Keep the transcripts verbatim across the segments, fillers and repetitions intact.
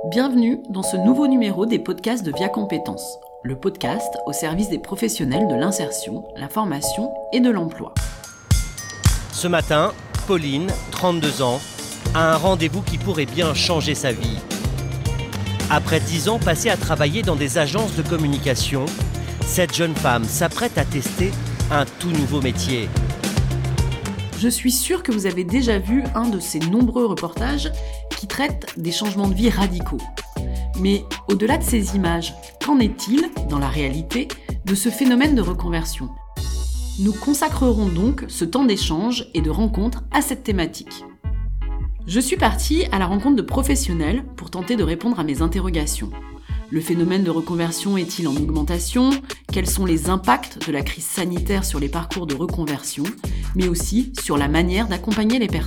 Bienvenue dans ce nouveau numéro des podcasts de Via Compétences, le podcast au service des professionnels de l'insertion, la formation et de l'emploi. Ce matin, Pauline, trente-deux ans, a un rendez-vous qui pourrait bien changer sa vie. Après dix ans passés à travailler dans des agences de communication, cette jeune femme s'apprête à tester un tout nouveau métier. Je suis sûre que vous avez déjà vu un de ces nombreux reportages qui traitent des changements de vie radicaux. Mais au-delà de ces images, qu'en est-il, dans la réalité, de ce phénomène de reconversion ? Nous consacrerons donc ce temps d'échange et de rencontre à cette thématique. Je suis partie à la rencontre de professionnels pour tenter de répondre à mes interrogations. Le phénomène de reconversion est-il en augmentation ? Quels sont les impacts de la crise sanitaire sur les parcours de reconversion, mais aussi sur la manière d'accompagner les personnes ?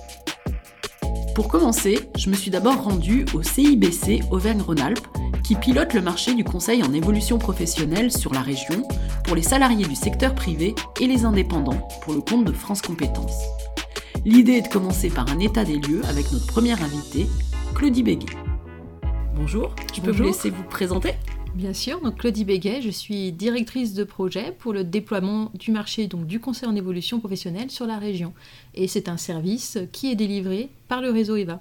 Pour commencer, je me suis d'abord rendue au C I B C Auvergne-Rhône-Alpes, qui pilote le marché du conseil en évolution professionnelle sur la région pour les salariés du secteur privé et les indépendants pour le compte de France Compétences. L'idée est de commencer par un état des lieux avec notre première invitée, Claudie Béguet. Bonjour, je peux vous laisser vous présenter ? Bien sûr, donc Claudie Béguet, je suis directrice de projet pour le déploiement du marché donc du conseil en évolution professionnelle sur la région. Et c'est un service qui est délivré par le réseau E V A.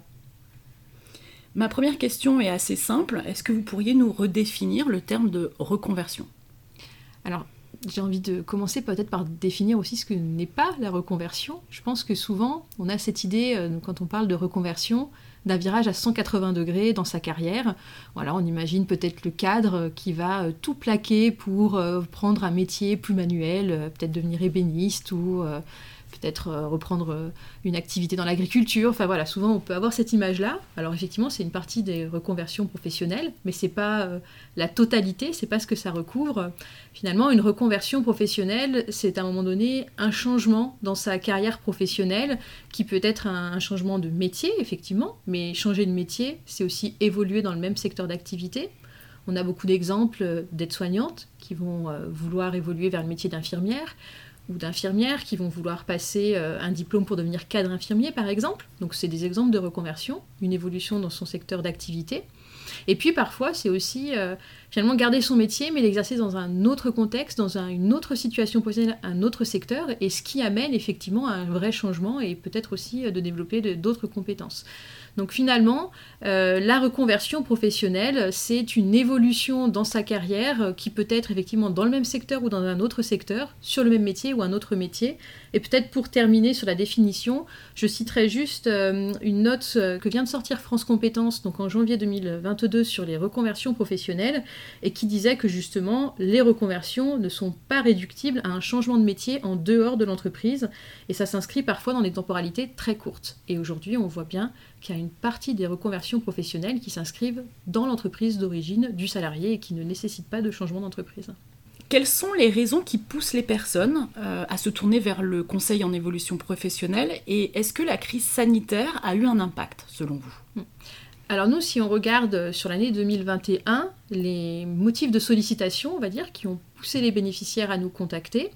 Ma première question est assez simple. Est-ce que vous pourriez nous redéfinir le terme de reconversion ? Alors, j'ai envie de commencer peut-être par définir aussi ce que n'est pas la reconversion. Je pense que souvent, on a cette idée, euh, quand on parle de reconversion, d'un virage à cent quatre-vingts degrés dans sa carrière. Voilà, on imagine peut-être le cadre qui va tout plaquer pour euh, prendre un métier plus manuel, euh, peut-être devenir ébéniste ou euh, peut-être euh, reprendre euh, une activité dans l'agriculture. Enfin voilà, souvent on peut avoir cette image-là. Alors effectivement, c'est une partie des reconversions professionnelles, mais c'est pas euh, la totalité, c'est pas ce que ça recouvre. Finalement, une reconversion professionnelle, c'est à un moment donné un changement dans sa carrière professionnelle qui peut être un, un changement de métier, effectivement, mais changer de métier, c'est aussi évoluer dans le même secteur d'activité. On a beaucoup d'exemples d'aides-soignantes qui vont euh, vouloir évoluer vers le métier d'infirmière ou d'infirmières qui vont vouloir passer euh, un diplôme pour devenir cadre infirmier, par exemple. Donc, c'est des exemples de reconversion, une évolution dans son secteur d'activité. Et puis parfois, c'est aussi euh, finalement garder son métier, mais l'exercer dans un autre contexte, dans un, une autre situation professionnelle, un autre secteur, et ce qui amène effectivement à un vrai changement et peut-être aussi euh, de développer de, d'autres compétences. Donc finalement, euh, la reconversion professionnelle, c'est une évolution dans sa carrière euh, qui peut être effectivement dans le même secteur ou dans un autre secteur, sur le même métier ou un autre métier. Et peut-être pour terminer sur la définition, je citerai juste euh, une note euh, que vient de sortir France Compétences, donc en janvier deux mille vingt-deux, sur les reconversions professionnelles, et qui disait que justement, les reconversions ne sont pas réductibles à un changement de métier en dehors de l'entreprise, et ça s'inscrit parfois dans des temporalités très courtes. Et aujourd'hui, on voit bien qu'il y a une partie des reconversions professionnelles qui s'inscrivent dans l'entreprise d'origine du salarié et qui ne nécessitent pas de changement d'entreprise. Quelles sont les raisons qui poussent les personnes euh, à se tourner vers le conseil en évolution professionnelle et est-ce que la crise sanitaire a eu un impact selon vous ? Alors nous, si on regarde sur l'année deux mille vingt et un, les motifs de sollicitation, on va dire, qui ont poussé les bénéficiaires à nous contacter,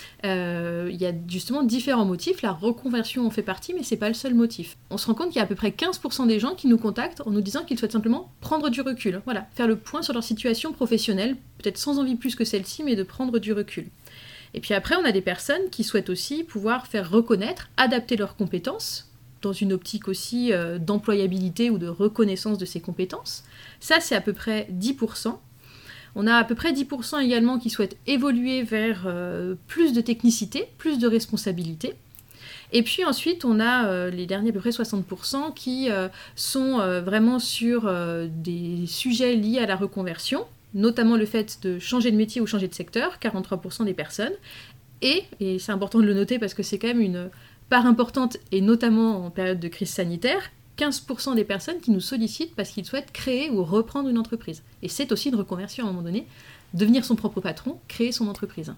Euh, il y a justement différents motifs. La reconversion en fait partie, mais c'est pas le seul motif. On se rend compte qu'il y a à peu près quinze pour cent des gens qui nous contactent en nous disant qu'ils souhaitent simplement prendre du recul. Voilà, faire le point sur leur situation professionnelle, peut-être sans envie plus que celle-ci, mais de prendre du recul. Et puis après, on a des personnes qui souhaitent aussi pouvoir faire reconnaître, adapter leurs compétences, dans une optique aussi euh, d'employabilité ou de reconnaissance de ces compétences. Ça, c'est à peu près dix pour cent. On a à peu près dix pour cent également qui souhaitent évoluer vers euh, plus de technicité, plus de responsabilité. Et puis ensuite, on a euh, les derniers à peu près soixante pour cent qui euh, sont euh, vraiment sur euh, des sujets liés à la reconversion, notamment le fait de changer de métier ou changer de secteur, quarante-trois pour cent des personnes. Et, et c'est important de le noter parce que c'est quand même une part importante, et notamment en période de crise sanitaire, quinze pour cent des personnes qui nous sollicitent parce qu'ils souhaitent créer ou reprendre une entreprise. Et c'est aussi une reconversion à un moment donné, devenir son propre patron, créer son entreprise.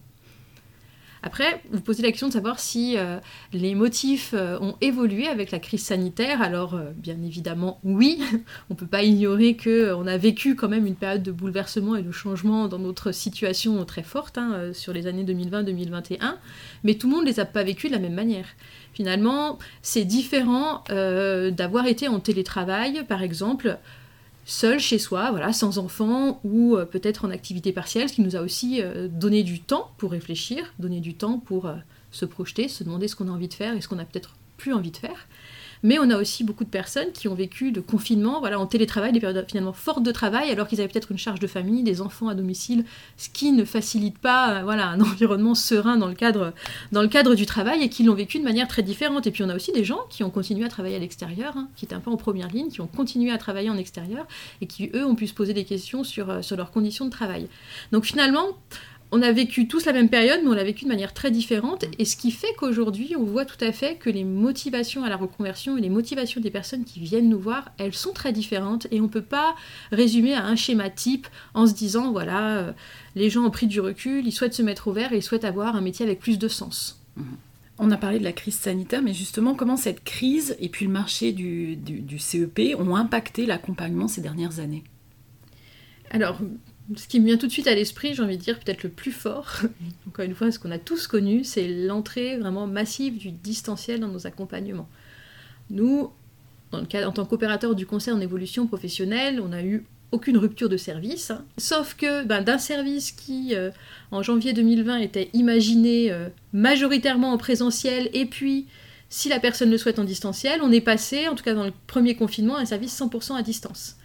Après, vous posez la question de savoir si euh, les motifs euh, ont évolué avec la crise sanitaire. Alors, euh, bien évidemment, oui. On ne peut pas ignorer qu'on a vécu quand même une période de bouleversement et de changement dans notre situation très forte hein, euh, sur les années deux mille vingt deux mille vingt et un. Mais tout le monde ne les a pas vécues de la même manière. Finalement, c'est différent euh, d'avoir été en télétravail, par exemple, seul chez soi, voilà, sans enfants ou euh, peut-être en activité partielle, ce qui nous a aussi euh, donné du temps pour réfléchir, donné du temps pour euh, se projeter, se demander ce qu'on a envie de faire et ce qu'on n'a peut-être plus envie de faire. Mais on a aussi beaucoup de personnes qui ont vécu de confinement, voilà, en télétravail, des périodes finalement fortes de travail, alors qu'ils avaient peut-être une charge de famille, des enfants à domicile, ce qui ne facilite pas euh, voilà, un environnement serein dans le, cadre, dans le cadre du travail et qui l'ont vécu de manière très différente. Et puis on a aussi des gens qui ont continué à travailler à l'extérieur, hein, qui étaient un peu en première ligne, qui ont continué à travailler en extérieur et qui, eux, ont pu se poser des questions sur, euh, sur leurs conditions de travail. Donc finalement, on a vécu tous la même période, mais on l'a vécu de manière très différente, et ce qui fait qu'aujourd'hui, on voit tout à fait que les motivations à la reconversion et les motivations des personnes qui viennent nous voir, elles sont très différentes, et on ne peut pas résumer à un schéma type en se disant, voilà, euh, les gens ont pris du recul, ils souhaitent se mettre au vert et ils souhaitent avoir un métier avec plus de sens. Mmh. On a parlé de la crise sanitaire, mais justement, comment cette crise et puis le marché du, du, du C E P ont impacté l'accompagnement ces dernières années ? Alors, ce qui me vient tout de suite à l'esprit, j'ai envie de dire peut-être le plus fort, encore une fois, ce qu'on a tous connu, c'est l'entrée vraiment massive du distanciel dans nos accompagnements. Nous, dans le cas, en tant qu'opérateur du conseil en évolution professionnelle, on n'a eu aucune rupture de service, hein. Sauf que ben, d'un service qui, euh, en janvier deux mille vingt, était imaginé euh, majoritairement en présentiel, et puis, si la personne le souhaite en distanciel, on est passé, en tout cas dans le premier confinement, à un service cent pour cent à distance.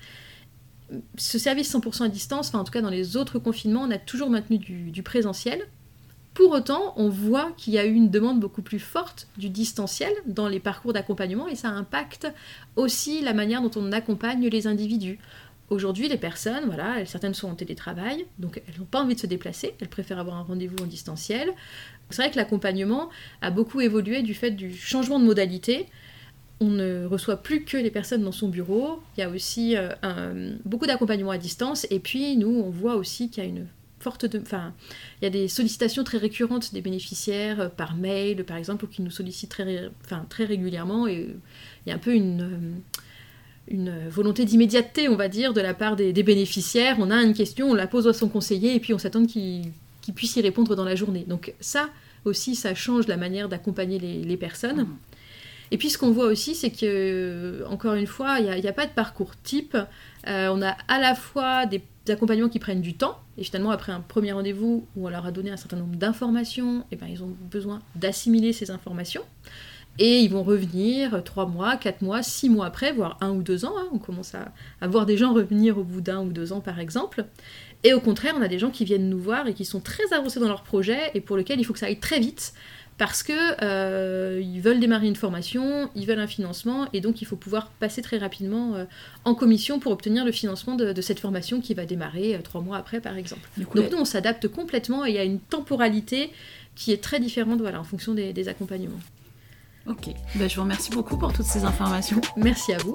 Ce service cent pour cent à distance, enfin en tout cas dans les autres confinements, on a toujours maintenu du, du présentiel. Pour autant, on voit qu'il y a eu une demande beaucoup plus forte du distanciel dans les parcours d'accompagnement et ça impacte aussi la manière dont on accompagne les individus. Aujourd'hui, les personnes, voilà, certaines sont en télétravail, donc elles n'ont pas envie de se déplacer, elles préfèrent avoir un rendez-vous en distanciel. C'est vrai que l'accompagnement a beaucoup évolué du fait du changement de modalité. On ne reçoit plus que les personnes dans son bureau. Il y a aussi euh, un, beaucoup d'accompagnement à distance. Et puis, nous, on voit aussi qu'il y a une forte... De, enfin, il y a des sollicitations très récurrentes des bénéficiaires euh, par mail, par exemple, ou qui nous sollicitent très, enfin, très régulièrement. Et euh, il y a un peu une, euh, une volonté d'immédiateté, on va dire, de la part des, des bénéficiaires. On a une question, on la pose à son conseiller, et puis on s'attend qu'il, qu'il puisse y répondre dans la journée. Donc ça aussi, ça change la manière d'accompagner les, les personnes. Mmh. Et puis ce qu'on voit aussi, c'est que, encore une fois, il n'y a, a pas de parcours type. Euh, on a à la fois des accompagnements qui prennent du temps, et finalement après un premier rendez-vous où on leur a donné un certain nombre d'informations, et ben, ils ont besoin d'assimiler ces informations, et ils vont revenir trois mois, quatre mois, six mois après, voire un ou deux ans. Hein. On commence à, à voir des gens revenir au bout d'un ou deux ans par exemple. Et au contraire, on a des gens qui viennent nous voir et qui sont très avancés dans leur projet, et pour lesquels il faut que ça aille très vite, parce qu'ils euh, veulent démarrer une formation, ils veulent un financement, et donc il faut pouvoir passer très rapidement euh, en commission pour obtenir le financement de, de cette formation qui va démarrer euh, trois mois après, par exemple. Du coup, donc nous, on s'adapte complètement, et il y a une temporalité qui est très différente, voilà, en fonction des, des accompagnements. Ok, ben, je vous remercie beaucoup pour toutes ces informations. Merci à vous.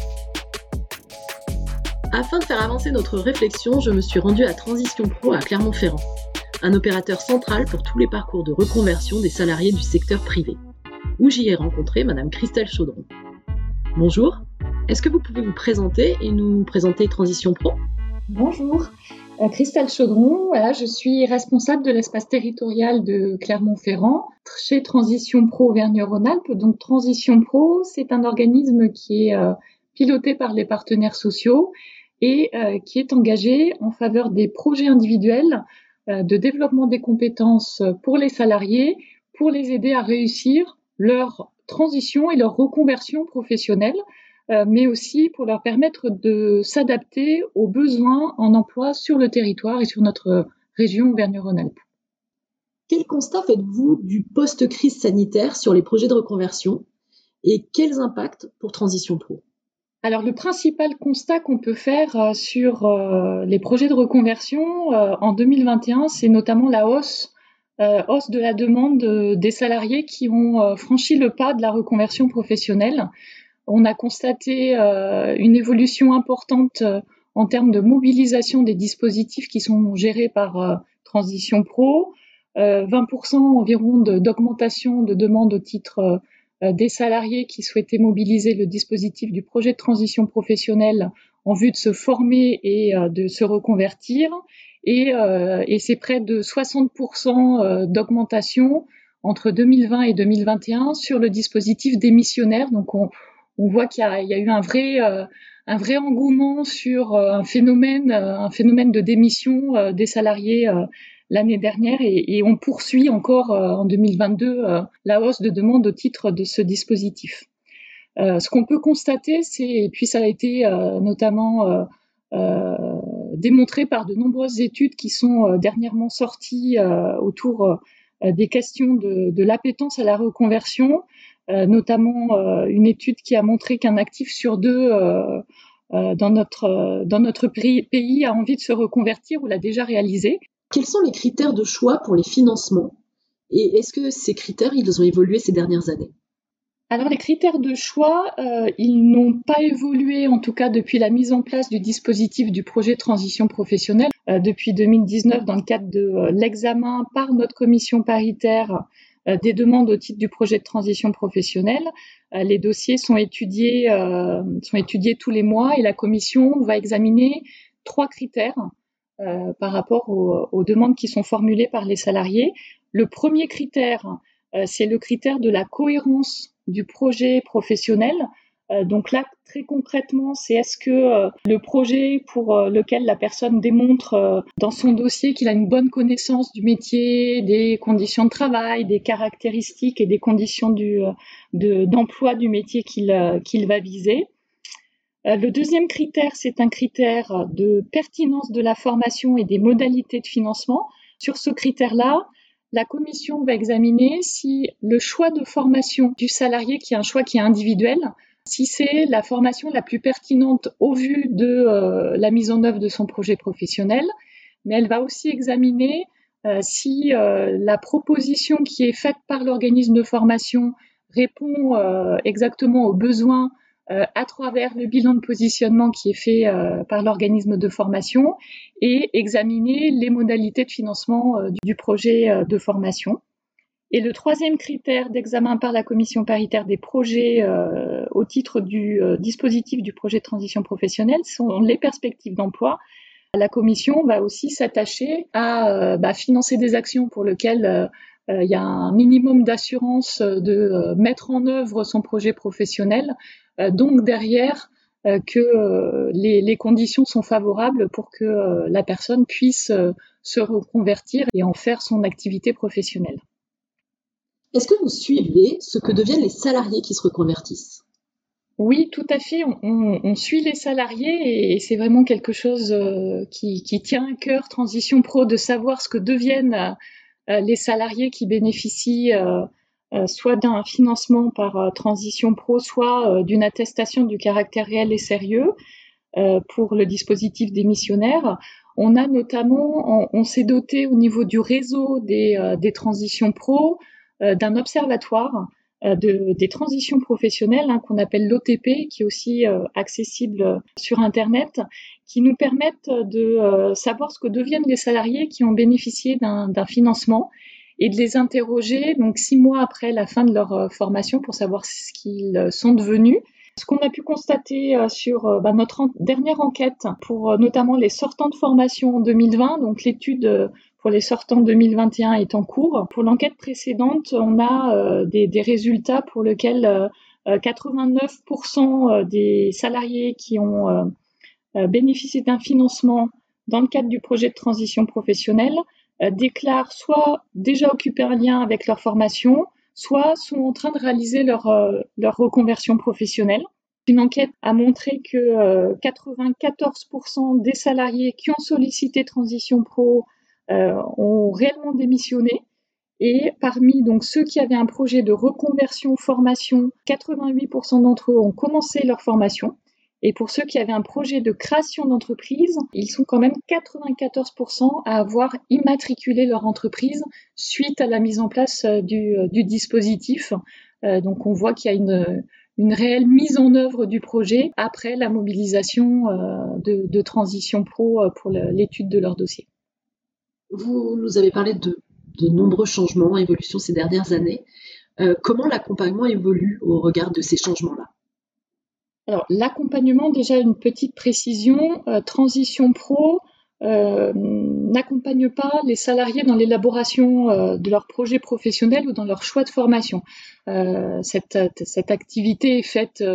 Afin de faire avancer notre réflexion, je me suis rendue à Transition Pro à Clermont-Ferrand, un opérateur central pour tous les parcours de reconversion des salariés du secteur privé, où j'y ai rencontré Madame Christelle Chaudron. Bonjour, est-ce que vous pouvez vous présenter et nous présenter Transition Pro ? Bonjour, euh, Christelle Chaudron, voilà, je suis responsable de l'espace territorial de Clermont-Ferrand chez Transition Pro Auvergne-Rhône-Alpes. Donc Transition Pro, c'est un organisme qui est euh, piloté par les partenaires sociaux et euh, qui est engagé en faveur des projets individuels de développement des compétences pour les salariés, pour les aider à réussir leur transition et leur reconversion professionnelle, euh, mais aussi pour leur permettre de s'adapter aux besoins en emploi sur le territoire et sur notre région Auvergne-Rhône-Alpes. Quel constat faites-vous du post-crise sanitaire sur les projets de reconversion et quels impacts pour Transition Pro ? Alors, le principal constat qu'on peut faire euh, sur euh, les projets de reconversion euh, en deux mille vingt et un, c'est notamment la hausse, euh, hausse de la demande de, des salariés qui ont euh, franchi le pas de la reconversion professionnelle. On a constaté euh, une évolution importante euh, en termes de mobilisation des dispositifs qui sont gérés par euh, Transition Pro, euh, vingt pour cent environ de, d'augmentation de demandes au titre euh, des salariés qui souhaitaient mobiliser le dispositif du projet de transition professionnelle en vue de se former et euh, de se reconvertir. Et, euh, et c'est près de soixante pour cent d'augmentation entre deux mille vingt et deux mille vingt et un sur le dispositif démissionnaire. Donc on, on voit qu'il y a, il y a eu un vrai, euh, un vrai engouement sur euh, un phénomène, euh, un phénomène de démission euh, des salariés euh, l'année dernière et, et on poursuit encore euh, en deux mille vingt-deux euh, la hausse de demande au titre de ce dispositif. Euh, ce qu'on peut constater, c'est, et puis ça a été euh, notamment euh, euh, démontré par de nombreuses études qui sont euh, dernièrement sorties euh, autour euh, des questions de, de l'appétence à la reconversion, euh, notamment euh, une étude qui a montré qu'un actif sur deux euh, euh, dans notre, euh, dans notre pays a envie de se reconvertir ou l'a déjà réalisé. Quels sont les critères de choix pour les financements et est-ce que ces critères ils ont évolué ces dernières années? Alors les critères de choix, euh, ils n'ont pas évolué en tout cas depuis la mise en place du dispositif du projet de transition professionnelle euh, depuis deux mille dix-neuf dans le cadre de euh, l'examen par notre commission paritaire euh, des demandes au titre du projet de transition professionnelle. Euh, les dossiers sont étudiés, euh, sont étudiés tous les mois et la commission va examiner trois critères euh, par rapport aux, aux demandes qui sont formulées par les salariés. Le premier critère, euh, c'est le critère de la cohérence du projet professionnel. Euh, donc là, très concrètement, c'est est-ce que euh, le projet pour euh, lequel la personne démontre euh, dans son dossier qu'il a une bonne connaissance du métier, des conditions de travail, des caractéristiques et des conditions du, euh, de, d'emploi du métier qu'il, euh, qu'il va viser. Euh, le deuxième critère, c'est un critère de pertinence de la formation et des modalités de financement. Sur ce critère-là, la commission va examiner si le choix de formation du salarié, qui est un choix qui est individuel, si c'est la formation la plus pertinente au vu de euh, la mise en œuvre de son projet professionnel, mais elle va aussi examiner euh, si euh, la proposition qui est faite par l'organisme de formation répond euh, exactement aux besoins euh, à travers le bilan de positionnement qui est fait euh, par l'organisme de formation et examiner les modalités de financement euh, du projet euh, de formation. Et le troisième critère d'examen par la commission paritaire des projets euh, au titre du euh, dispositif du projet de transition professionnelle sont les perspectives d'emploi. La commission va aussi s'attacher à euh, bah, financer des actions pour lesquelles euh, il y a un minimum d'assurance de euh, mettre en œuvre son projet professionnel. Euh, donc derrière, euh, que euh, les, les conditions sont favorables pour que euh, la personne puisse euh, se reconvertir et en faire son activité professionnelle. Est-ce que vous suivez ce que deviennent les salariés qui se reconvertissent ? Oui, tout à fait. On, on, on suit les salariés et c'est vraiment quelque chose euh, qui, qui tient à cœur Transition Pro de savoir ce que deviennent euh, les salariés qui bénéficient euh, euh, soit d'un financement par euh, Transition Pro, soit euh, d'une attestation du caractère réel et sérieux euh, pour le dispositif démissionnaire. On a notamment, on, on s'est doté au niveau du réseau des, euh, des Transitions Pro euh, d'un observatoire De, des transitions professionnelles hein, qu'on appelle l'O T P, qui est aussi euh, accessible sur Internet, qui nous permettent de euh, savoir ce que deviennent les salariés qui ont bénéficié d'un, d'un financement et de les interroger donc six mois après la fin de leur euh, formation pour savoir ce qu'ils sont devenus. Ce qu'on a pu constater euh, sur euh, bah, notre en- dernière enquête pour euh, notamment les sortants de formation en deux mille vingt, donc l'étude euh, pour les sortants deux mille vingt et un est en cours. Pour l'enquête précédente, on a euh, des, des résultats pour lesquels euh, quatre-vingt-neuf pour cent des salariés qui ont euh, bénéficié d'un financement dans le cadre du projet de transition professionnelle euh, déclarent soit déjà occuper un lien avec leur formation, soit sont en train de réaliser leur, euh, leur reconversion professionnelle. Une enquête a montré que euh, quatre-vingt-quatorze pour cent des salariés qui ont sollicité Transition Pro euh, ont réellement démissionné. Et parmi donc ceux qui avaient un projet de reconversion formation, quatre-vingt-huit pour cent d'entre eux ont commencé leur formation. Et pour ceux qui avaient un projet de création d'entreprise, ils sont quand même quatre-vingt-quatorze pour cent à avoir immatriculé leur entreprise suite à la mise en place du, du dispositif. Euh, donc on voit qu'il y a une, une réelle mise en œuvre du projet après la mobilisation euh, de, de Transition Pro pour le, l'étude de leur dossier. Vous nous avez parlé de, de nombreux changements, évolutions ces dernières années. Euh, comment l'accompagnement évolue au regard de ces changements-là ? Alors, l'accompagnement, déjà une petite précision, euh, Transition Pro euh, n'accompagne pas les salariés dans l'élaboration euh, de leur projet professionnel ou dans leur choix de formation. Euh, cette, cette activité est faite euh,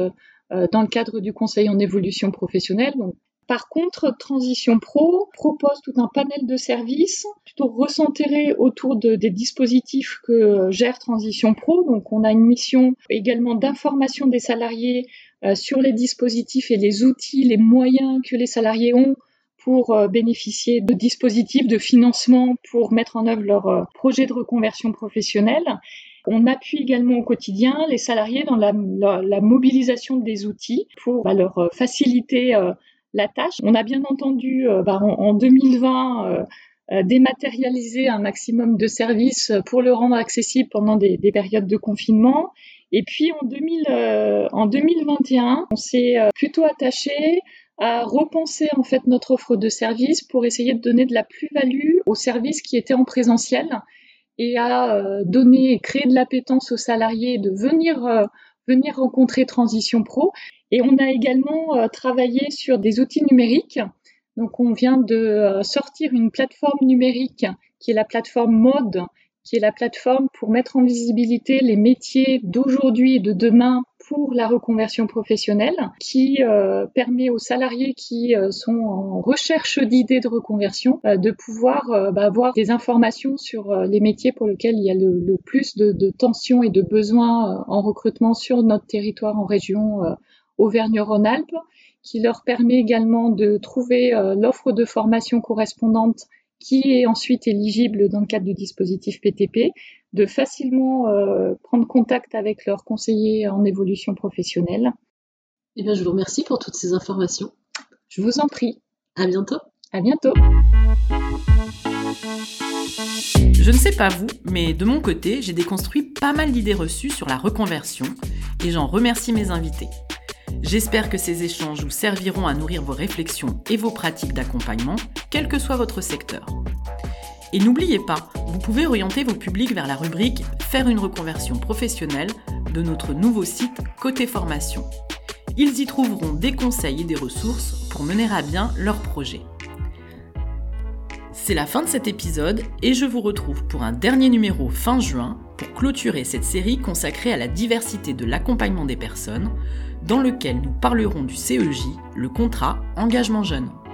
euh, dans le cadre du conseil en évolution professionnelle. Donc, par contre, Transition Pro propose tout un panel de services plutôt recentrés autour de, des dispositifs que gère Transition Pro. Donc, on a une mission également d'information des salariés euh, sur les dispositifs et les outils, les moyens que les salariés ont pour euh, bénéficier de dispositifs de financement pour mettre en œuvre leur euh, projet de reconversion professionnelle. On appuie également au quotidien les salariés dans la, la, la mobilisation des outils pour bah, leur euh, faciliter euh, la tâche. On a bien entendu euh, bah, en, en deux mille vingt euh, euh, dématérialiser un maximum de services pour le rendre accessible pendant des, des périodes de confinement. Et puis en, deux mille, euh, en deux mille vingt et un, on s'est euh, plutôt attaché à repenser en fait notre offre de services pour essayer de donner de la plus-value aux services qui étaient en présentiel et à euh, donner et créer de l'appétence aux salariés de venir euh, venir rencontrer Transition Pro. Et on a également euh, travaillé sur des outils numériques. Donc on vient de euh, sortir une plateforme numérique qui est la plateforme Mode, qui est la plateforme pour mettre en visibilité les métiers d'aujourd'hui et de demain pour la reconversion professionnelle, qui euh, permet aux salariés qui euh, sont en recherche d'idées de reconversion euh, de pouvoir euh, bah, avoir des informations sur euh, les métiers pour lesquels il y a le, le plus de, de tensions et de besoins euh, en recrutement sur notre territoire en région euh, Auvergne-Rhône-Alpes, qui leur permet également de trouver euh, l'offre de formation correspondante qui est ensuite éligible dans le cadre du dispositif P T P, de facilement euh, prendre contact avec leurs conseillers en évolution professionnelle. Eh bien, je vous remercie pour toutes ces informations. Je vous en prie. À bientôt. À bientôt. Je ne sais pas vous, mais de mon côté, j'ai déconstruit pas mal d'idées reçues sur la reconversion et j'en remercie mes invités. J'espère que ces échanges vous serviront à nourrir vos réflexions et vos pratiques d'accompagnement, quel que soit votre secteur. Et n'oubliez pas, vous pouvez orienter vos publics vers la rubrique « Faire une reconversion professionnelle » de notre nouveau site Côté Formation. Ils y trouveront des conseils et des ressources pour mener à bien leurs projets. C'est la fin de cet épisode et je vous retrouve pour un dernier numéro fin juin pour clôturer cette série consacrée à la diversité de l'accompagnement des personnes, dans lequel nous parlerons du C E J, le contrat engagement jeune.